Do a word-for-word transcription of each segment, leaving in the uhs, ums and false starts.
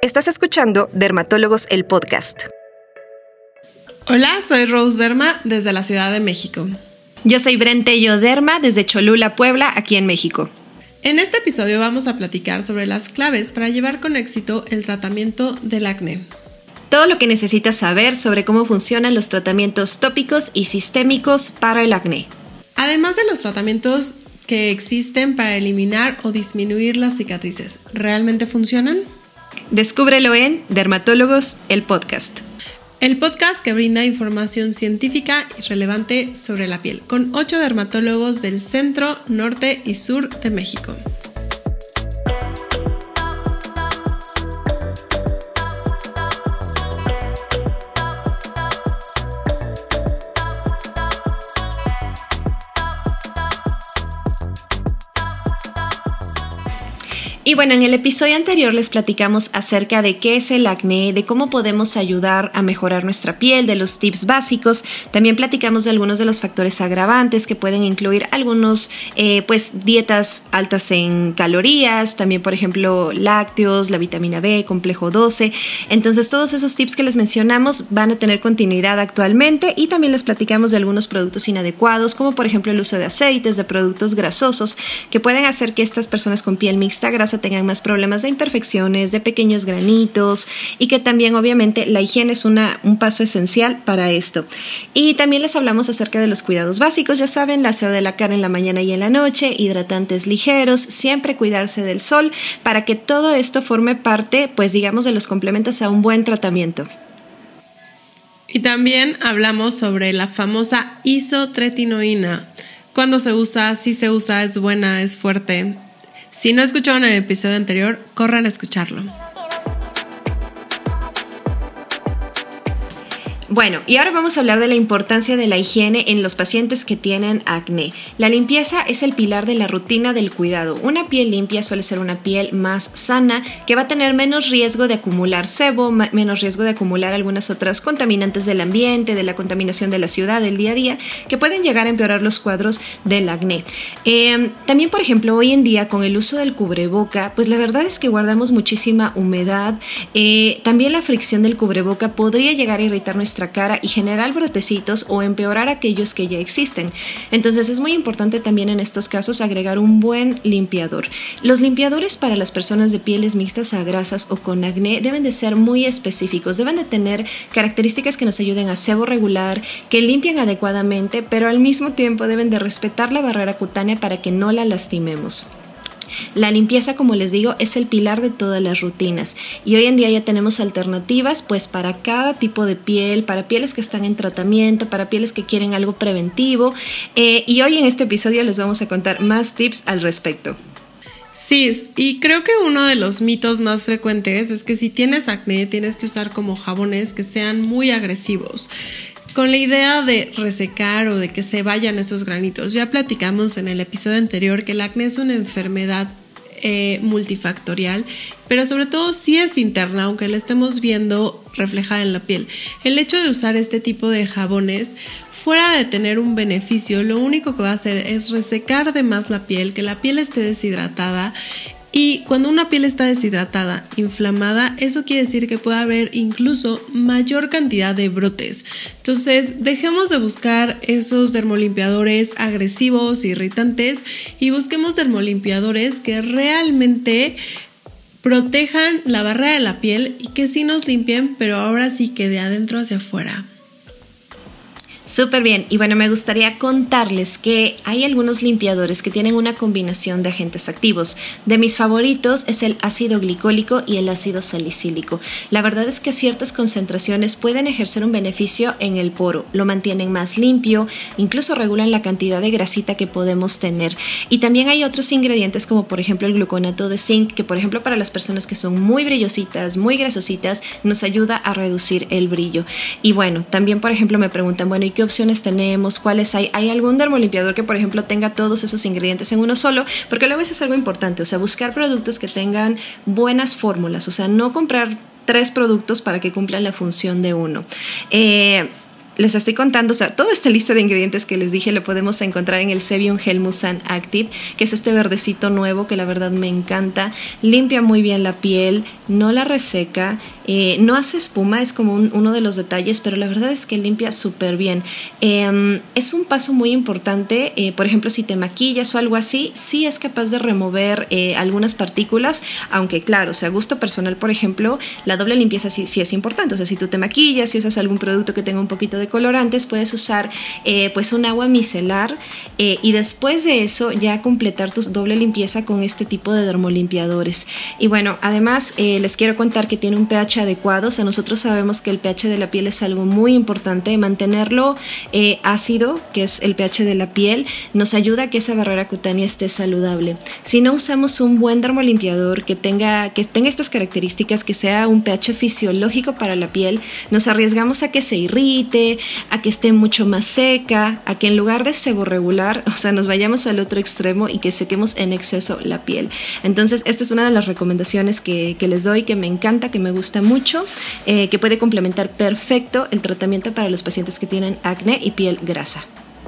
Estás escuchando Dermatólogos, el podcast. Hola, soy Rose Derma desde la Ciudad de México. Yo soy Brentello Derma desde Cholula, Puebla, aquí en México. En este episodio vamos a platicar sobre las claves para llevar con éxito el tratamiento del acné. Todo lo que necesitas saber sobre cómo funcionan los tratamientos tópicos y sistémicos para el acné. Además de los tratamientos que existen para eliminar o disminuir las cicatrices, ¿realmente funcionan? Descúbrelo en Dermatólogos, el podcast. El podcast que brinda información científica y relevante sobre la piel, con ocho dermatólogos del centro, norte y sur de México. Y bueno, en el episodio anterior les platicamos acerca de qué es el acné, de cómo podemos ayudar a mejorar nuestra piel, de los tips básicos. También platicamos de algunos de los factores agravantes que pueden incluir algunos, eh, pues, dietas altas en calorías, también, por ejemplo, lácteos, la vitamina B, complejo doce. Entonces, todos esos tips que les mencionamos van a tener continuidad actualmente y también les platicamos de algunos productos inadecuados, como por ejemplo el uso de aceites, de productos grasosos, que pueden hacer que estas personas con piel mixta grasa tengan más problemas de imperfecciones, de pequeños granitos y que también obviamente la higiene es una, un paso esencial para esto. Y también les hablamos acerca de los cuidados básicos, ya saben, el aseo de la cara en la mañana y en la noche, hidratantes ligeros, siempre cuidarse del sol para que todo esto forme parte, pues digamos, de los complementos a un buen tratamiento. Y también hablamos sobre la famosa isotretinoína. ¿Cuándo se usa? Si se usa, es buena, es fuerte. Si no escucharon el episodio anterior, corran a escucharlo. Bueno, y ahora vamos a hablar de la importancia de la higiene en los pacientes que tienen acné. La limpieza es el pilar de la rutina del cuidado. Una piel limpia suele ser una piel más sana, que va a tener menos riesgo de acumular sebo, ma- menos riesgo de acumular algunas otras contaminantes del ambiente, de la contaminación de la ciudad, del día a día, que pueden llegar a empeorar los cuadros del acné. Eh, también, por ejemplo, hoy en día con el uso del cubreboca, pues la verdad es que guardamos muchísima humedad. Eh, también la fricción del cubreboca podría llegar a irritar nuestra cara y generar brotecitos o empeorar aquellos que ya existen. Entonces es muy importante también en estos casos agregar un buen limpiador. Los limpiadores para las personas de pieles mixtas a grasas o con acné deben de ser muy específicos, deben de tener características que nos ayuden a sebo regular, que limpien adecuadamente, pero al mismo tiempo deben de respetar la barrera cutánea para que no la lastimemos. La limpieza, como les digo, es el pilar de todas las rutinas y hoy en día ya tenemos alternativas pues para cada tipo de piel, para pieles que están en tratamiento, para pieles que quieren algo preventivo eh, y hoy en este episodio les vamos a contar más tips al respecto. Sí, y creo que uno de los mitos más frecuentes es que si tienes acné tienes que usar como jabones que sean muy agresivos, con la idea de resecar o de que se vayan esos granitos. Ya platicamos en el episodio anterior que el acné es una enfermedad eh, multifactorial, pero sobre todo sí es interna, aunque la estemos viendo reflejada en la piel. El hecho de usar este tipo de jabones, fuera de tener un beneficio, lo único que va a hacer es resecar de más la piel, que la piel esté deshidratada. Y cuando una piel está deshidratada, inflamada, eso quiere decir que puede haber incluso mayor cantidad de brotes. Entonces, dejemos de buscar esos dermolimpiadores agresivos, irritantes, y busquemos dermolimpiadores que realmente protejan la barrera de la piel y que sí nos limpien, pero ahora sí que de adentro hacia afuera. Súper bien, y bueno, me gustaría contarles que hay algunos limpiadores que tienen una combinación de agentes activos. De mis favoritos es el ácido glicólico y el ácido salicílico. La verdad es que a ciertas concentraciones pueden ejercer un beneficio en el poro, lo mantienen más limpio, incluso regulan la cantidad de grasita que podemos tener. Y también hay otros ingredientes como por ejemplo el gluconato de zinc, que por ejemplo para las personas que son muy brillositas, muy grasositas, nos ayuda a reducir el brillo. Y bueno, también por ejemplo me preguntan, bueno, ¿y qué opciones tenemos? ¿Cuáles hay? ¿Hay algún dermolimpiador que por ejemplo tenga todos esos ingredientes en uno solo? Porque luego eso es algo importante, o sea, buscar productos que tengan buenas fórmulas, o sea, no comprar tres productos para que cumplan la función de uno. Eh, les estoy contando, o sea, toda esta lista de ingredientes que les dije lo podemos encontrar en el Sebium Gel Musan Active, que es este verdecito nuevo que la verdad me encanta. Limpia muy bien la piel, no la reseca, eh, no hace espuma, es como un, uno de los detalles, pero la verdad es que limpia súper bien. Eh, es un paso muy importante, eh, por ejemplo, si te maquillas o algo así, sí es capaz de remover eh, algunas partículas, aunque claro, o sea, a gusto personal, por ejemplo, la doble limpieza sí, sí es importante. O sea, si tú te maquillas, si usas algún producto que tenga un poquito de colorantes, puedes usar eh, pues un agua micelar eh, y después de eso ya completar tu doble limpieza con este tipo de dermolimpiadores. Y bueno, además eh, les quiero contar que tiene un pH adecuado. O sea, nosotros sabemos que el pH de la piel es algo muy importante. Mantenerlo eh, ácido, que es el pH de la piel, nos ayuda a que esa barrera cutánea esté saludable. Si no usamos un buen dermolimpiador que tenga, que tenga estas características, que sea un pH fisiológico para la piel, nos arriesgamos a que se irrite, a que esté mucho más seca, a que en lugar de seborregular, o sea, nos vayamos al otro extremo y que sequemos en exceso la piel. Entonces, esta es una de las recomendaciones que, que les doy, que me encanta, que me gusta mucho, eh, que puede complementar perfecto el tratamiento para los pacientes que tienen acné y piel grasa.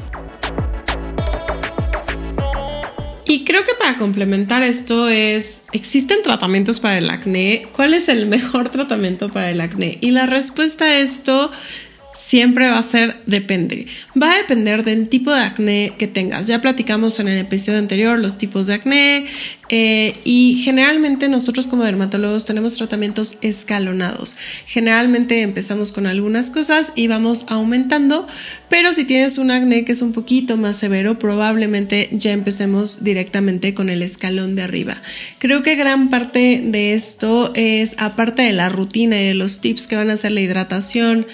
Y creo que para complementar esto es, ¿existen tratamientos para el acné? ¿Cuál es el mejor tratamiento para el acné? Y la respuesta a esto siempre va a ser depende. Va a depender del tipo de acné que tengas. Ya platicamos en el episodio anterior los tipos de acné eh, y generalmente nosotros como dermatólogos tenemos tratamientos escalonados. Generalmente empezamos con algunas cosas y vamos aumentando, pero si tienes un acné que es un poquito más severo, probablemente ya empecemos directamente con el escalón de arriba. Creo que gran parte de esto es, aparte de la rutina y de los tips que van a ser la hidratación,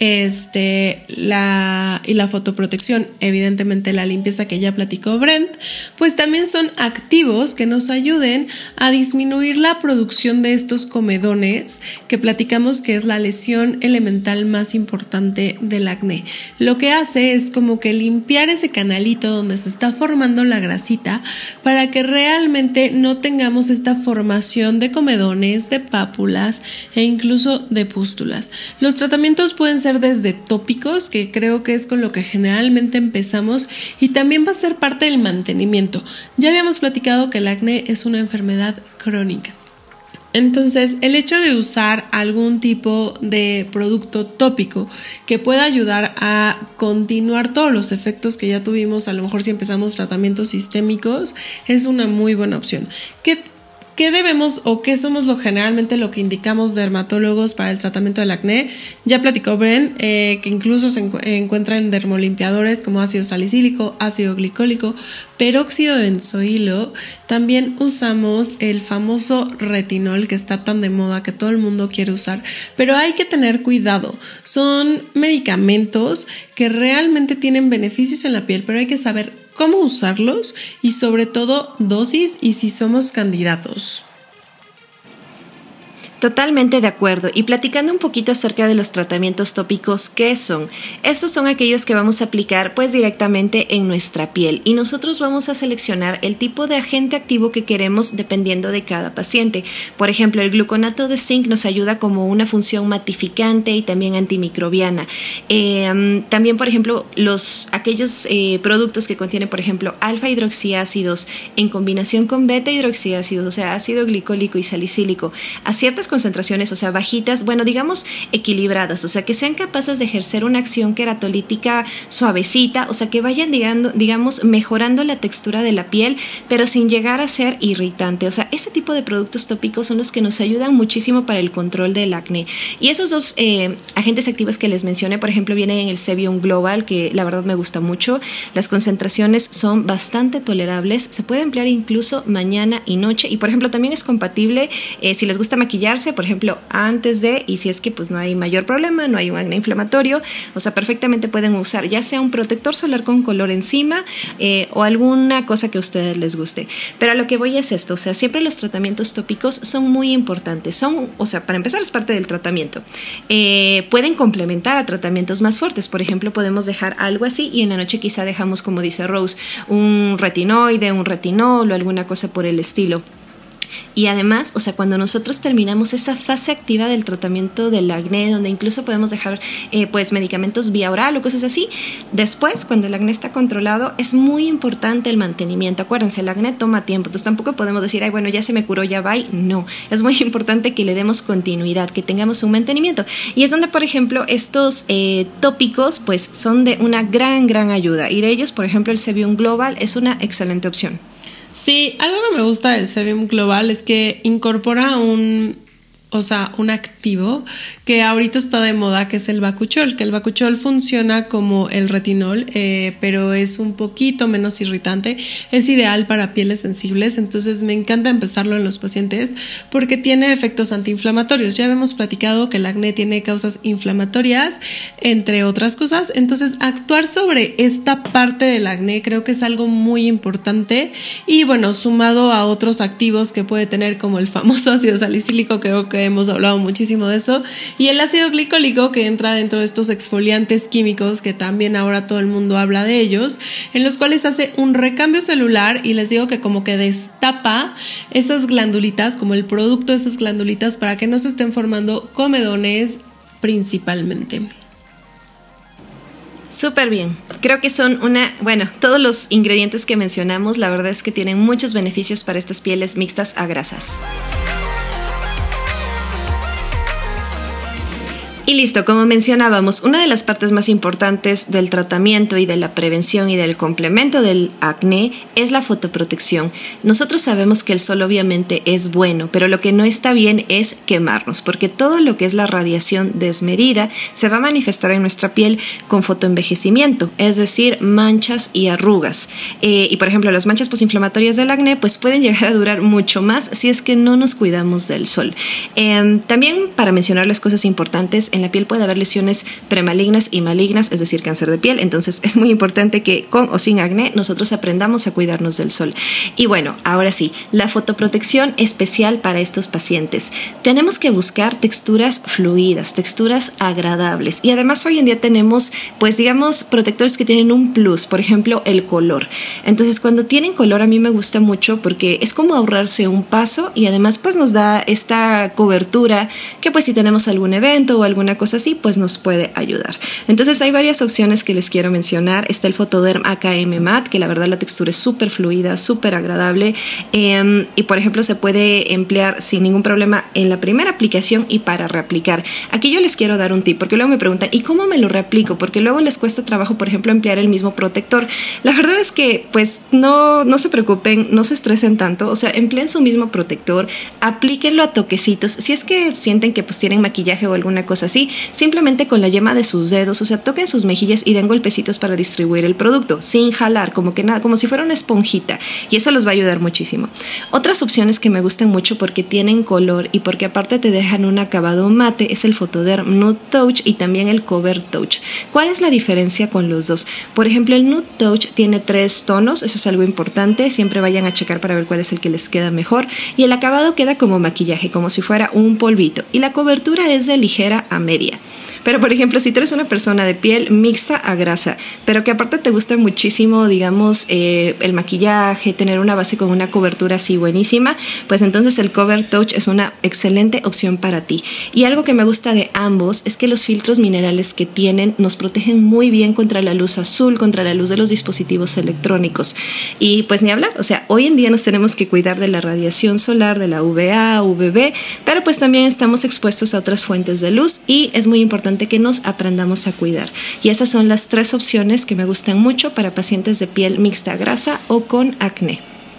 Este, la, y la fotoprotección, evidentemente la limpieza que ya platicó Brent, pues también son activos que nos ayuden a disminuir la producción de estos comedones que platicamos que es la lesión elemental más importante del acné. Lo que hace es como que limpiar ese canalito donde se está formando la grasita para que realmente no tengamos esta formación de comedones, de pápulas e incluso de pústulas. Los tratamientos pueden ser desde tópicos, que creo que es con lo que generalmente empezamos, y también va a ser parte del mantenimiento. Ya habíamos platicado que el acné es una enfermedad crónica. Entonces, el hecho de usar algún tipo de producto tópico que pueda ayudar a continuar todos los efectos que ya tuvimos, a lo mejor si empezamos tratamientos sistémicos, es una muy buena opción. ¿Qué ¿Qué debemos o qué somos lo generalmente lo que indicamos dermatólogos para el tratamiento del acné? Ya platicó Bren eh, que incluso se encu- encuentra en dermolimpiadores como ácido salicílico, ácido glicólico, peróxido de benzoilo. También usamos el famoso retinol que está tan de moda que todo el mundo quiere usar, pero hay que tener cuidado. Son medicamentos que realmente tienen beneficios en la piel, pero hay que saber cómo usarlos y sobre todo dosis y si somos candidatos. Totalmente de acuerdo. Y platicando un poquito acerca de los tratamientos tópicos, ¿qué son? Estos son aquellos que vamos a aplicar pues directamente en nuestra piel y nosotros vamos a seleccionar el tipo de agente activo que queremos dependiendo de cada paciente. Por ejemplo, el gluconato de zinc nos ayuda como una función matificante y también antimicrobiana. Eh, también, por ejemplo, los aquellos eh, productos que contienen, por ejemplo, alfa hidroxiácidos en combinación con beta hidroxiácidos, o sea, ácido glicólico y salicílico, a ciertas concentraciones, o sea, bajitas, bueno, digamos equilibradas, o sea, que sean capaces de ejercer una acción queratolítica suavecita, o sea, que vayan, digamos, digamos, mejorando la textura de la piel, pero sin llegar a ser irritante. O sea, ese tipo de productos tópicos son los que nos ayudan muchísimo para el control del acné. Y esos dos eh, agentes activos que les mencioné, por ejemplo, vienen en el Sebium Global, que la verdad me gusta mucho. Las concentraciones son bastante tolerables, se puede emplear incluso mañana y noche, y por ejemplo, también es compatible eh, si les gusta maquillarse, por ejemplo, antes de, y si es que pues no hay mayor problema, no hay un acné inflamatorio, o sea, perfectamente pueden usar ya sea un protector solar con color encima eh, o alguna cosa que a ustedes les guste. Pero a lo que voy es esto, o sea, siempre los tratamientos tópicos son muy importantes, son, o sea, para empezar es parte del tratamiento. Eh, pueden complementar a tratamientos más fuertes, por ejemplo, podemos dejar algo así y en la noche quizá dejamos, como dice Rose, un retinoide, un retinol o alguna cosa por el estilo. Y además, o sea, cuando nosotros terminamos esa fase activa del tratamiento del acné, donde incluso podemos dejar eh, pues medicamentos vía oral o cosas así, después, cuando el acné está controlado, es muy importante el mantenimiento. Acuérdense, el acné toma tiempo, entonces tampoco podemos decir, ay, bueno, ya se me curó, ya va. No, es muy importante que le demos continuidad, que tengamos un mantenimiento. Y es donde, por ejemplo, estos eh, tópicos, pues, son de una gran, gran ayuda. Y de ellos, por ejemplo, el Sebium Global es una excelente opción. Sí, algo que me gusta del Sebium Global es que incorpora un, o sea, un activo que ahorita está de moda, que es el bakuchiol, que el bakuchiol funciona como el retinol, eh, pero es un poquito menos irritante, es ideal para pieles sensibles, entonces me encanta empezarlo en los pacientes porque tiene efectos antiinflamatorios. Ya habíamos platicado que el acné tiene causas inflamatorias, entre otras cosas, entonces actuar sobre esta parte del acné creo que es algo muy importante y bueno, sumado a otros activos que puede tener como el famoso ácido salicílico, creo que hemos hablado muchísimo de eso, y el ácido glicólico que entra dentro de estos exfoliantes químicos que también ahora todo el mundo habla de ellos, en los cuales hace un recambio celular y les digo que como que destapa esas glandulitas, como el producto de esas glandulitas para que no se estén formando comedones principalmente. Súper bien, creo que son una, bueno, todos los ingredientes que mencionamos, la verdad es que tienen muchos beneficios para estas pieles mixtas a grasas. Y listo, como mencionábamos, una de las partes más importantes del tratamiento y de la prevención y del complemento del acné es la fotoprotección. Nosotros sabemos que el sol obviamente es bueno, pero lo que no está bien es quemarnos, porque todo lo que es la radiación desmedida se va a manifestar en nuestra piel con fotoenvejecimiento, es decir, manchas y arrugas. Eh, y por ejemplo, las manchas posinflamatorias del acné pues pueden llegar a durar mucho más si es que no nos cuidamos del sol. Eh, también para mencionar las cosas importantes, en la piel puede haber lesiones premalignas y malignas, es decir, cáncer de piel, entonces es muy importante que con o sin acné nosotros aprendamos a cuidarnos del sol. Y bueno, ahora sí, la fotoprotección especial para estos pacientes. Tenemos que buscar texturas fluidas, texturas agradables, y además hoy en día tenemos, pues digamos, protectores que tienen un plus, por ejemplo, el color. Entonces, cuando tienen color a mí me gusta mucho porque es como ahorrarse un paso y además pues nos da esta cobertura que pues si tenemos algún evento o alguna cosa así, pues nos puede ayudar. Entonces hay varias opciones que les quiero mencionar. Está el Photoderm A K M Matte, que la verdad la textura es súper fluida, súper agradable, eh, y por ejemplo se puede emplear sin ningún problema en la primera aplicación y para reaplicar. Aquí yo les quiero dar un tip, porque luego me preguntan, ¿y cómo me lo reaplico? Porque luego les cuesta trabajo, por ejemplo, emplear el mismo protector. La verdad es que pues no, no se preocupen, no se estresen tanto, o sea, empleen su mismo protector, aplíquenlo a toquecitos. Si es que sienten que pues tienen maquillaje o alguna cosa así, simplemente con la yema de sus dedos, o sea, toquen sus mejillas y den golpecitos para distribuir el producto, sin jalar, como que nada, como si fuera una esponjita, y eso los va a ayudar muchísimo. Otras opciones que me gustan mucho porque tienen color y porque aparte te dejan un acabado mate es el Photoderm Nude Touch y también el Cover Touch. ¿Cuál es la diferencia con los dos? Por ejemplo, el Nude Touch tiene tres tonos, eso es algo importante, siempre vayan a checar para ver cuál es el que les queda mejor, y el acabado queda como maquillaje, como si fuera un polvito, y la cobertura es de ligera a media. Pero por ejemplo, si tú eres una persona de piel mixta a grasa, pero que aparte te gusta muchísimo, digamos, eh, el maquillaje, tener una base con una cobertura así buenísima, pues entonces el Cover Touch es una excelente opción para ti. Y algo que me gusta de ambos es que los filtros minerales que tienen nos protegen muy bien contra la luz azul, contra la luz de los dispositivos electrónicos. Y pues ni hablar, o sea, hoy en día nos tenemos que cuidar de la radiación solar, de la U V A, U V B, pero pues también estamos expuestos a otras fuentes de luz y es muy importante que nos aprendamos a cuidar. Y esas son las tres opciones que me gustan mucho para pacientes de piel mixta grasa o con acné.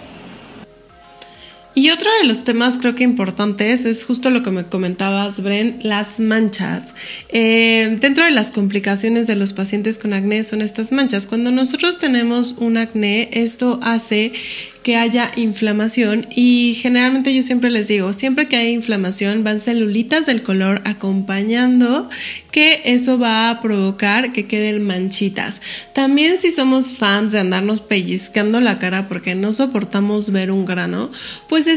Y otro de los temas creo que importantes es justo lo que me comentabas, Bren, las manchas. Eh, dentro de las complicaciones de los pacientes con acné son estas manchas. Cuando nosotros tenemos un acné, esto hace que haya inflamación y generalmente yo siempre les digo, siempre que hay inflamación van celulitas del color acompañando, que eso va a provocar que queden manchitas. También si somos fans de andarnos pellizcando la cara porque no soportamos ver un grano, pues eso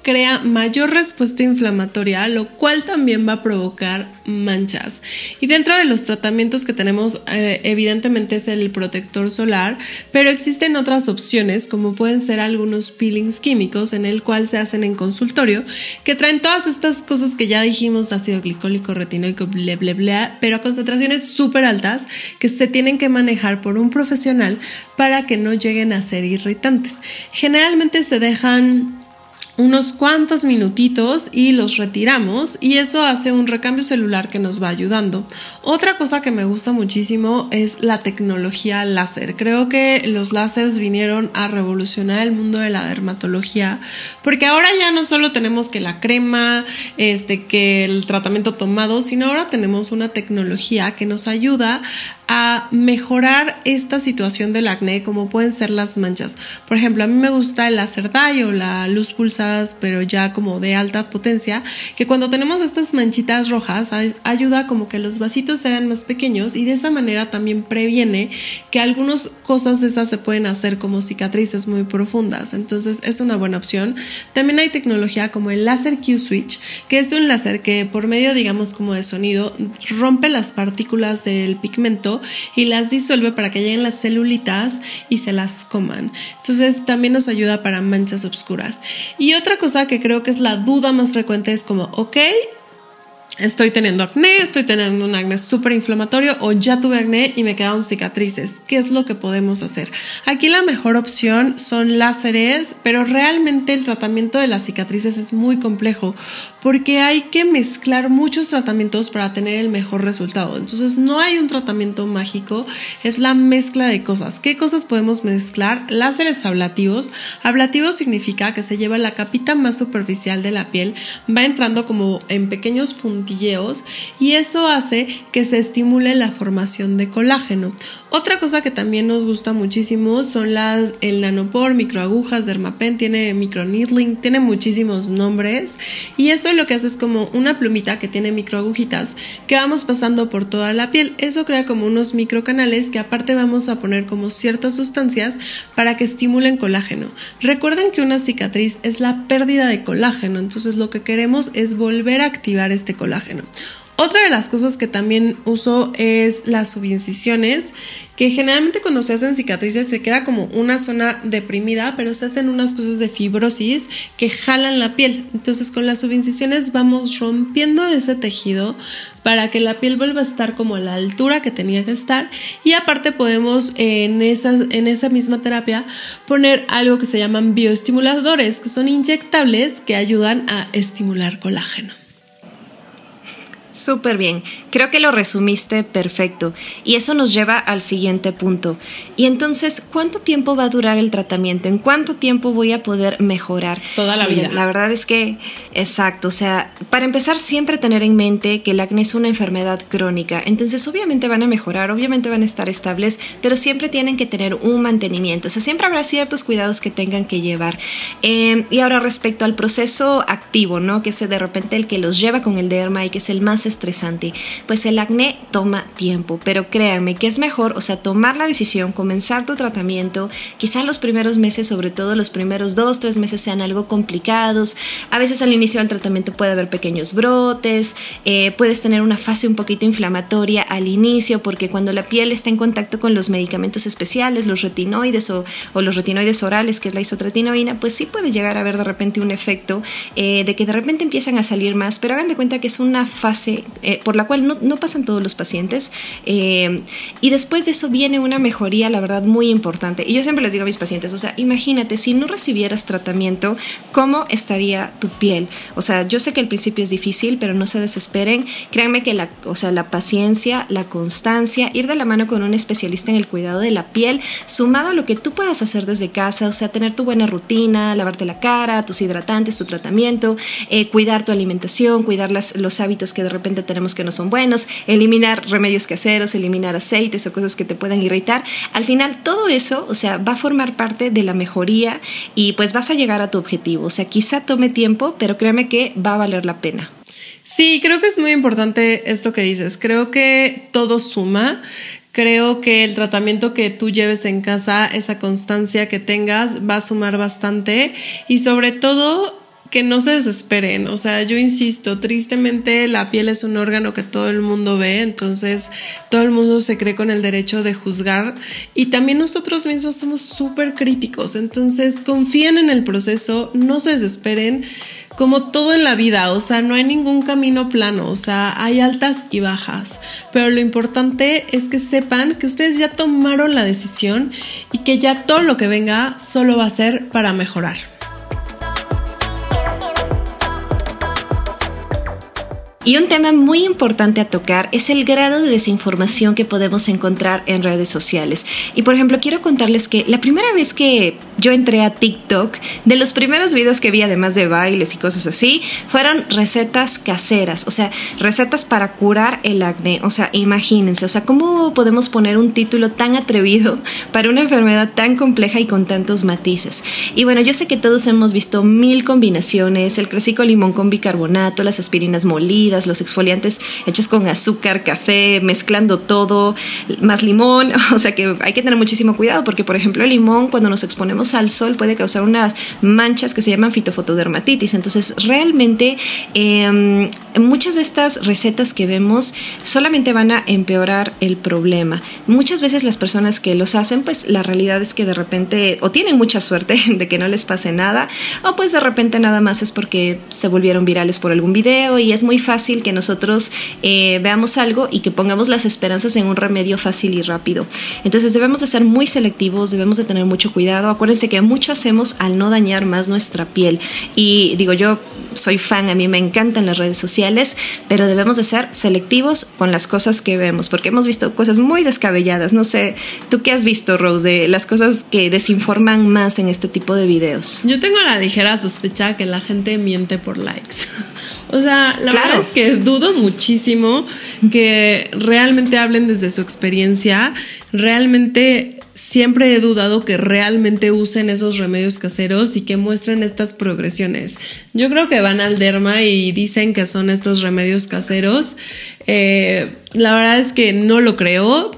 crea mayor respuesta inflamatoria, lo cual también va a provocar manchas. Y dentro de los tratamientos que tenemos, eh, evidentemente es el protector solar, pero existen otras opciones como pueden ser algunos peelings químicos en el cual se hacen en consultorio, que traen todas estas cosas que ya dijimos, ácido glicólico, retinoico, bla bla bla, pero a concentraciones súper altas que se tienen que manejar por un profesional para que no lleguen a ser irritantes. Generalmente se dejan unos cuantos minutitos y los retiramos, y eso hace un recambio celular que nos va ayudando. Otra cosa que me gusta muchísimo es la tecnología láser. Creo que los láseres vinieron a revolucionar el mundo de la dermatología, porque ahora ya no solo tenemos que la crema, este, que el tratamiento tomado, sino ahora tenemos una tecnología que nos ayuda a mejorar esta situación del acné, como pueden ser las manchas. Por ejemplo, a mí me gusta el láser dye o la luz pulsadas, pero ya como de alta potencia, que cuando tenemos estas manchitas rojas ayuda como que los vasitos sean más pequeños, y de esa manera también previene que algunas cosas de esas se pueden hacer como cicatrices muy profundas. Entonces es una buena opción. También hay tecnología como el láser Q-Switch, que es un láser que por medio, digamos, como de sonido, rompe las partículas del pigmento y las disuelve para que lleguen las celulitas y se las coman. Entonces también nos ayuda para manchas oscuras. Y otra cosa que creo que es la duda más frecuente es como, ok, estoy teniendo acné, estoy teniendo un acné súper inflamatorio, o ya tuve acné y me quedaron cicatrices. ¿Qué es lo que podemos hacer? Aquí la mejor opción son láseres, pero realmente el tratamiento de las cicatrices es muy complejo porque hay que mezclar muchos tratamientos para tener el mejor resultado. Entonces no hay un tratamiento mágico, es la mezcla de cosas. ¿Qué cosas podemos mezclar? Láseres ablativos. Ablativo significa que se lleva la capita más superficial de la piel, va entrando como en pequeños puntos, y eso hace que se estimule la formación de colágeno. Otra cosa que también nos gusta muchísimo son las, el nanopor, microagujas, dermapen, tiene microneedling, tiene muchísimos nombres, y eso lo que hace es como una plumita que tiene microagujitas que vamos pasando por toda la piel. Eso crea como unos microcanales que aparte vamos a poner como ciertas sustancias para que estimulen colágeno. Recuerden que una cicatriz es la pérdida de colágeno, entonces lo que queremos es volver a activar este colágeno. Otra de las cosas que también uso es las subincisiones, que generalmente cuando se hacen cicatrices se queda como una zona deprimida, pero se hacen unas cosas de fibrosis que jalan la piel. Entonces con las subincisiones vamos rompiendo ese tejido para que la piel vuelva a estar como a la altura que tenía que estar, y aparte podemos en esa, en esa misma terapia poner algo que se llaman bioestimuladores, que son inyectables que ayudan a estimular colágeno. Súper bien, creo que lo resumiste perfecto, y eso nos lleva al siguiente punto. Y entonces, ¿cuánto tiempo va a durar el tratamiento? ¿En cuánto tiempo voy a poder mejorar? Toda la vida. Miren, la verdad es que, exacto, o sea, para empezar siempre tener en mente que el acné es una enfermedad crónica, entonces obviamente van a mejorar, obviamente van a estar estables, pero siempre tienen que tener un mantenimiento, o sea, siempre habrá ciertos cuidados que tengan que llevar. Eh, y ahora respecto al proceso activo, ¿no? Que es de repente el que los lleva con el derma y que es el más estresante, pues el acné toma tiempo, pero créanme que es mejor, o sea, tomar la decisión, comenzar tu tratamiento. Quizás los primeros meses, sobre todo los primeros dos, tres meses sean algo complicados. A veces al inicio del tratamiento puede haber pequeños brotes, eh, puedes tener una fase un poquito inflamatoria al inicio, porque cuando la piel está en contacto con los medicamentos especiales, los retinoides o, o los retinoides orales, que es la isotretinoína, pues sí puede llegar a haber de repente un efecto eh, de que de repente empiezan a salir más, pero hagan de cuenta que es una fase Eh, por la cual no, no pasan todos los pacientes, eh, y después de eso viene una mejoría, la verdad, muy importante. Y yo siempre les digo a mis pacientes, o sea, imagínate, si no recibieras tratamiento, ¿cómo estaría tu piel? O sea, yo sé que al principio es difícil, pero no se desesperen. Créanme que la, o sea, la paciencia, la constancia, ir de la mano con un especialista en el cuidado de la piel, sumado a lo que tú puedas hacer desde casa, o sea, tener tu buena rutina, lavarte la cara, tus hidratantes, tu tratamiento, eh, cuidar tu alimentación, cuidar las, los hábitos que de repente tenemos que no son buenos, eliminar remedios caseros, eliminar aceites o cosas que te puedan irritar. Al final todo eso, o sea, va a formar parte de la mejoría y pues vas a llegar a tu objetivo. O sea, quizá tome tiempo, pero créeme que va a valer la pena. Sí, creo que es muy importante esto que dices. Creo que todo suma. Creo que el tratamiento que tú lleves en casa, esa constancia que tengas, va a sumar bastante, y sobre todo que no se desesperen, o sea, yo insisto, tristemente la piel es un órgano que todo el mundo ve, entonces todo el mundo se cree con el derecho de juzgar y también nosotros mismos somos súper críticos, entonces confíen en el proceso, no se desesperen, como todo en la vida, o sea, no hay ningún camino plano, o sea, hay altas y bajas, pero lo importante es que sepan que ustedes ya tomaron la decisión y que ya todo lo que venga solo va a ser para mejorar. Y un tema muy importante a tocar es el grado de desinformación que podemos encontrar en redes sociales. Y por ejemplo, quiero contarles que la primera vez que yo entré a TikTok, de los primeros videos que vi, además de bailes y cosas así, fueron recetas caseras, o sea, recetas para curar el acné. O sea, imagínense, o sea, ¿cómo podemos poner un título tan atrevido para una enfermedad tan compleja y con tantos matices? Y bueno, yo sé que todos hemos visto mil combinaciones, el clásico limón con bicarbonato, las aspirinas molidas, los exfoliantes hechos con azúcar, café, mezclando todo, más limón, o sea que hay que tener muchísimo cuidado porque, por ejemplo, el limón cuando nos exponemos al sol puede causar unas manchas que se llaman fitofotodermatitis, entonces realmente eh, muchas de estas recetas que vemos solamente van a empeorar el problema. Muchas veces las personas que los hacen, pues la realidad es que de repente o tienen mucha suerte de que no les pase nada, o pues de repente nada más es porque se volvieron virales por algún video y es muy fácil que nosotros eh, veamos algo y que pongamos las esperanzas en un remedio fácil y rápido. Entonces debemos de ser muy selectivos, debemos de tener mucho cuidado. Acuérdense que mucho hacemos al no dañar más nuestra piel. Y digo, yo soy fan, a mí me encantan las redes sociales, pero debemos de ser selectivos con las cosas que vemos, porque hemos visto cosas muy descabelladas. No sé, ¿tú qué has visto, Rose, de las cosas que desinforman más en este tipo de videos? Yo tengo la ligera sospecha que la gente miente por likes. O sea, la claro. verdad es que dudo muchísimo que realmente hablen desde su experiencia. Realmente siempre he dudado que realmente usen esos remedios caseros y que muestren estas progresiones. Yo creo que van al derma y dicen que son estos remedios caseros. Eh, la verdad es que no lo creo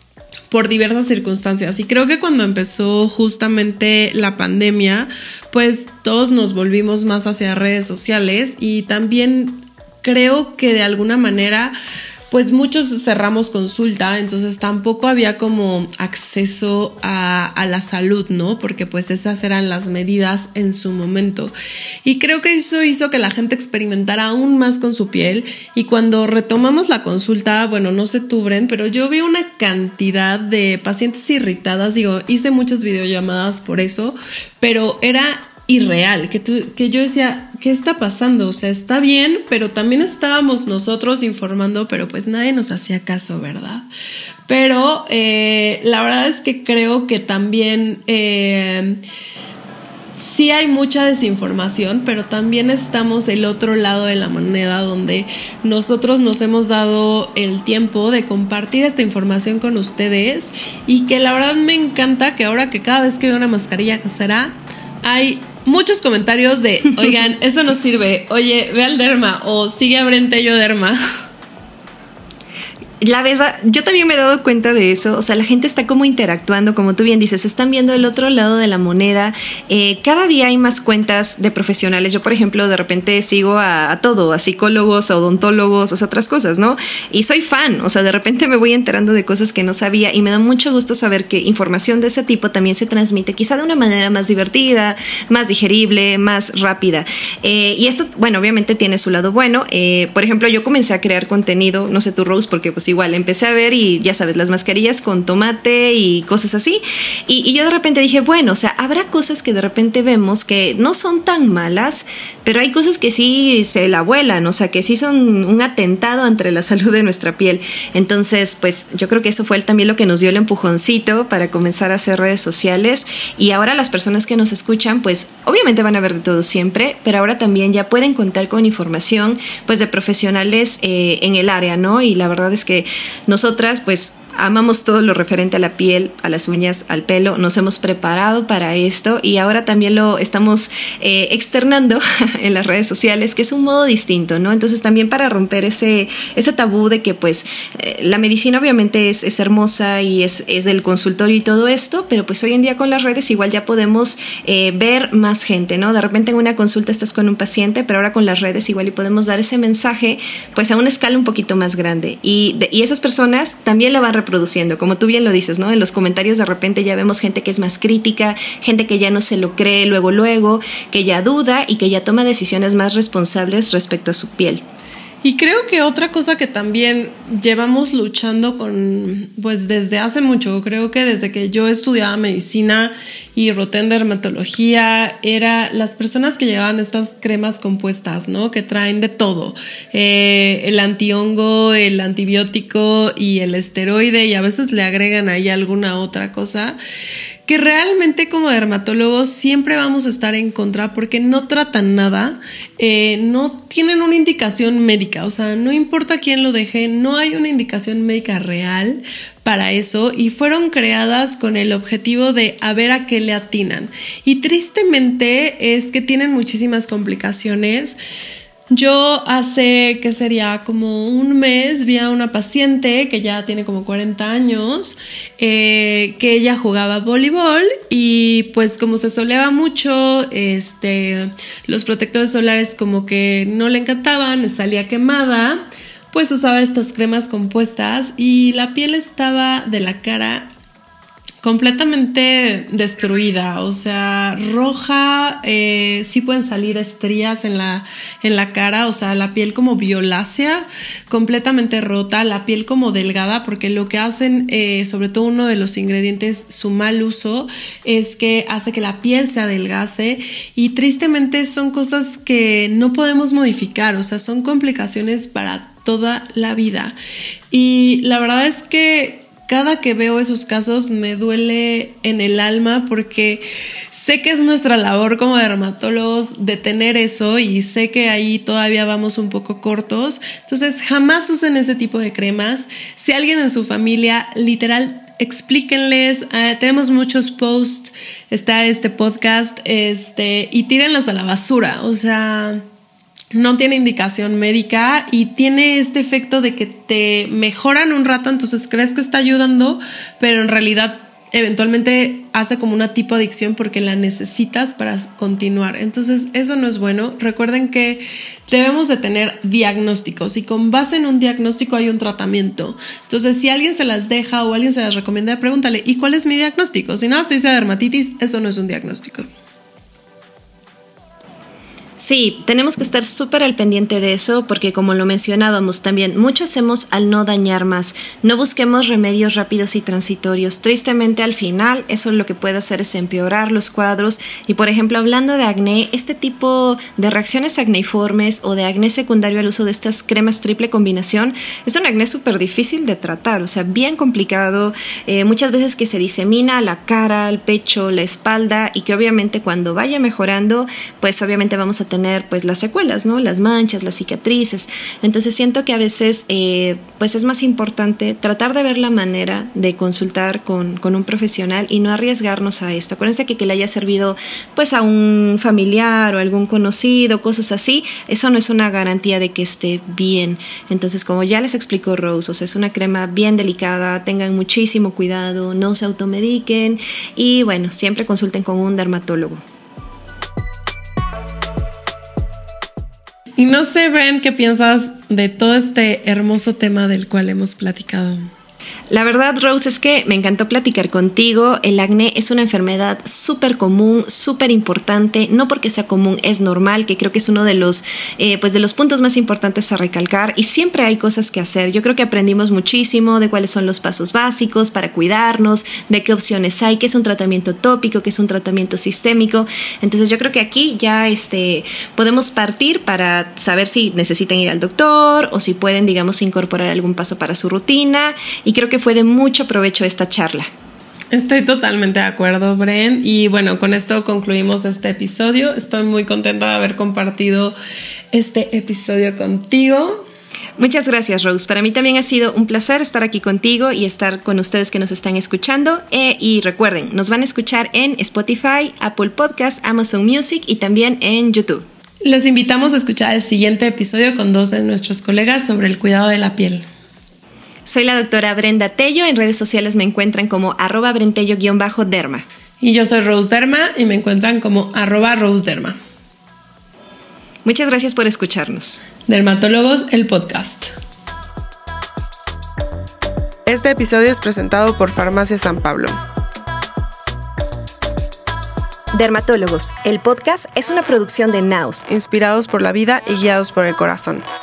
por diversas circunstancias. Y creo que cuando empezó justamente la pandemia, pues todos nos volvimos más hacia redes sociales y también creo que de alguna manera pues muchos cerramos consulta, entonces tampoco había como acceso a, a la salud, ¿no? Porque pues esas eran las medidas en su momento. Y creo que eso hizo que la gente experimentara aún más con su piel. Y cuando retomamos la consulta, bueno, no sé tú, Bren, pero yo vi una cantidad de pacientes irritadas. Digo, hice muchas videollamadas por eso, pero era irreal, que, tú, que yo decía, ¿qué está pasando? O sea, está bien, pero también estábamos nosotros informando, pero pues nadie nos hacía caso, ¿verdad? Pero eh, la verdad es que creo que también eh, sí hay mucha desinformación, pero también estamos el otro lado de la moneda, donde nosotros nos hemos dado el tiempo de compartir esta información con ustedes y que la verdad me encanta que ahora que cada vez que veo una mascarilla casera hay muchos comentarios de, oigan, eso no sirve, oye, ve al derma o sigue a Bren Tello Derma. La verdad, yo también me he dado cuenta de eso. O sea, la gente está como interactuando, como tú bien dices, están viendo el otro lado de la moneda. Eh, cada día hay más cuentas de profesionales. Yo, por ejemplo, de repente sigo a, a todo, a psicólogos, a odontólogos, o sea, otras cosas, ¿no? Y soy fan, o sea, de repente me voy enterando de cosas que no sabía y me da mucho gusto saber que información de ese tipo también se transmite, quizá de una manera más divertida, más digerible, más rápida. Eh, y esto, bueno, obviamente tiene su lado bueno. Eh, por ejemplo, yo comencé a crear contenido, no sé tú, Rose, porque pues igual empecé a ver y ya sabes, las mascarillas con tomate y cosas así, y, y yo de repente dije, bueno, o sea, habrá cosas que de repente vemos que no son tan malas, pero hay cosas que sí se la vuelan, o sea, que sí son un atentado entre la salud de nuestra piel. Entonces, pues yo creo que eso fue también lo que nos dio el empujoncito para comenzar a hacer redes sociales, y ahora las personas que nos escuchan, pues obviamente van a ver de todo siempre, pero ahora también ya pueden contar con información pues de profesionales eh, en el área, ¿no? Y la verdad es que nosotras, pues amamos todo lo referente a la piel, a las uñas, al pelo. Nos hemos preparado para esto y ahora también lo estamos eh, externando en las redes sociales, que es un modo distinto, ¿no? Entonces también para romper ese, ese tabú de que pues eh, la medicina obviamente es, es hermosa y es, es del consultorio y todo esto, pero pues hoy en día con las redes igual ya podemos eh, ver más gente, ¿no? De repente en una consulta estás con un paciente, pero ahora con las redes igual y podemos dar ese mensaje pues a una escala un poquito más grande y, de, y esas personas también lo van a reproduciendo, como tú bien lo dices, ¿no? En los comentarios de repente ya vemos gente que es más crítica, gente que ya no se lo cree luego luego, que ya duda y que ya toma decisiones más responsables respecto a su piel. Y creo que otra cosa que también llevamos luchando con, pues desde hace mucho, creo que desde que yo estudiaba medicina y roté en dermatología, era las personas que llevaban estas cremas compuestas, ¿no? Que traen de todo, eh, el antihongo, el antibiótico y el esteroide, y a veces le agregan ahí alguna otra cosa, que realmente como dermatólogos siempre vamos a estar en contra porque no tratan nada, eh, no tienen una indicación médica, o sea, no importa quién lo deje, no hay una indicación médica real para eso y fueron creadas con el objetivo de a ver a qué le atinan. Y tristemente es que tienen muchísimas complicaciones. Yo hace, ¿qué sería? Como un mes vi a una paciente que ya tiene como cuarenta años, eh, que ella jugaba voleibol y pues como se soleaba mucho, este, los protectores solares como que no le encantaban, salía quemada, pues usaba estas cremas compuestas y la piel estaba de la cara completamente destruida, o sea, roja, eh, sí pueden salir estrías en la, en la cara, o sea, la piel como violácea, completamente rota, la piel como delgada, porque lo que hacen, eh, sobre todo uno de los ingredientes, su mal uso, es que hace que la piel se adelgace y tristemente son cosas que no podemos modificar, o sea, son complicaciones para toda la vida. Y la verdad es que cada que veo esos casos me duele en el alma porque sé que es nuestra labor como dermatólogos detener eso y sé que ahí todavía vamos un poco cortos. Entonces jamás usen ese tipo de cremas. Si alguien en su familia, literal, explíquenles. Uh, tenemos muchos posts, está este podcast, este, y tírenlos a la basura. O sea, no tiene indicación médica y tiene este efecto de que te mejoran un rato, entonces crees que está ayudando, pero en realidad eventualmente hace como una tipo de adicción porque la necesitas para continuar. Entonces eso no es bueno. Recuerden que debemos de tener diagnósticos y con base en un diagnóstico hay un tratamiento. Entonces si alguien se las deja o alguien se las recomienda, pregúntale, ¿y cuál es mi diagnóstico? Si nada te dice dermatitis, eso no es un diagnóstico. Sí, tenemos que estar súper al pendiente de eso porque como lo mencionábamos también, mucho hacemos al no dañar más. No busquemos remedios rápidos y transitorios. Tristemente al final eso lo que puede hacer es empeorar los cuadros y por ejemplo hablando de acné, este tipo de reacciones acneiformes o de acné secundario al uso de estas cremas triple combinación es un acné súper difícil de tratar, o sea, bien complicado, eh, muchas veces que se disemina a la cara, al pecho, la espalda y que obviamente cuando vaya mejorando, pues obviamente vamos a tener pues las secuelas, ¿no? Las manchas, las cicatrices. Entonces siento que a veces eh, pues es más importante tratar de ver la manera de consultar con, con un profesional y no arriesgarnos a esto. Acuérdense que que le haya servido pues a un familiar o algún conocido, cosas así, eso no es una garantía de que esté bien. Entonces como ya les explicó Rose, o sea, es una crema bien delicada, tengan muchísimo cuidado, no se automediquen y bueno, siempre consulten con un dermatólogo. Y no sé, Brent, ¿qué piensas de todo este hermoso tema del cual hemos platicado? La verdad, Rose, es que me encantó platicar contigo. El acné es una enfermedad súper común, súper importante. No porque sea común, es normal, que creo que es uno de los, eh, pues de los puntos más importantes a recalcar. Y siempre hay cosas que hacer. Yo creo que aprendimos muchísimo de cuáles son los pasos básicos para cuidarnos, de qué opciones hay, qué es un tratamiento tópico, qué es un tratamiento sistémico. Entonces yo creo que aquí ya este, podemos partir para saber si necesitan ir al doctor o si pueden, digamos, incorporar algún paso para su rutina. Y creo que fue de mucho provecho esta charla. Estoy totalmente de acuerdo, Bren. Y bueno, con esto concluimos este episodio. Estoy muy contenta de haber compartido este episodio contigo. Muchas gracias, Rose. Para mí también ha sido un placer estar aquí contigo y estar con ustedes que nos están escuchando. Eh, y recuerden, nos van a escuchar en Spotify, Apple Podcast, Amazon Music y también en YouTube. Los invitamos a escuchar el siguiente episodio con dos de nuestros colegas sobre el cuidado de la piel. Soy la doctora Brenda Tello. En redes sociales me encuentran como arroba brentello-derma. Y yo soy Rose Derma y me encuentran como arroba Rose Derma. Muchas gracias por escucharnos. Dermatólogos, el podcast. Este episodio es presentado por Farmacia San Pablo. Dermatólogos, el podcast es una producción de Naos, inspirados por la vida y guiados por el corazón.